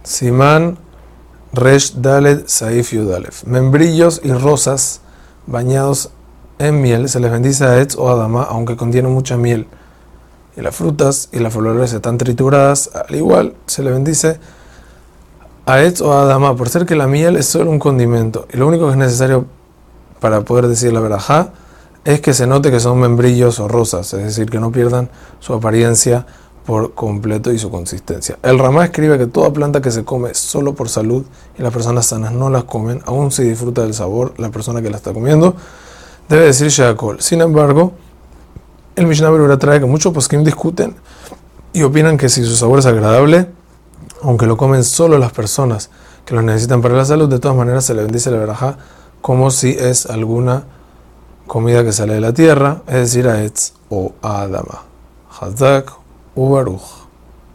Simán Resh Dalet Saif Yudalef. Membrillos y rosas bañados en miel se les bendice a Etz o Adama, aunque contienen mucha miel. Y las frutas y las flores están trituradas, al igual se les bendice a Etz o Adama, por ser que la miel es solo un condimento. Y lo único que es necesario para poder decir la verajá es que se note que son membrillos o rosas, es decir, que no pierdan su apariencia por completo y su consistencia. El Ramá escribe que toda planta que se come solo por salud y las personas sanas no las comen, aún si disfruta del sabor la persona que la está comiendo, debe decir Sheakol. Sin embargo, el Mishnah Berurah trae que muchos poskim discuten y opinan que si su sabor es agradable, aunque lo comen solo las personas que lo necesitan para la salud, de todas maneras se le bendice la verajá como si es alguna comida que sale de la tierra, es decir, a Etz o a Adama. Hazak Ubaruch.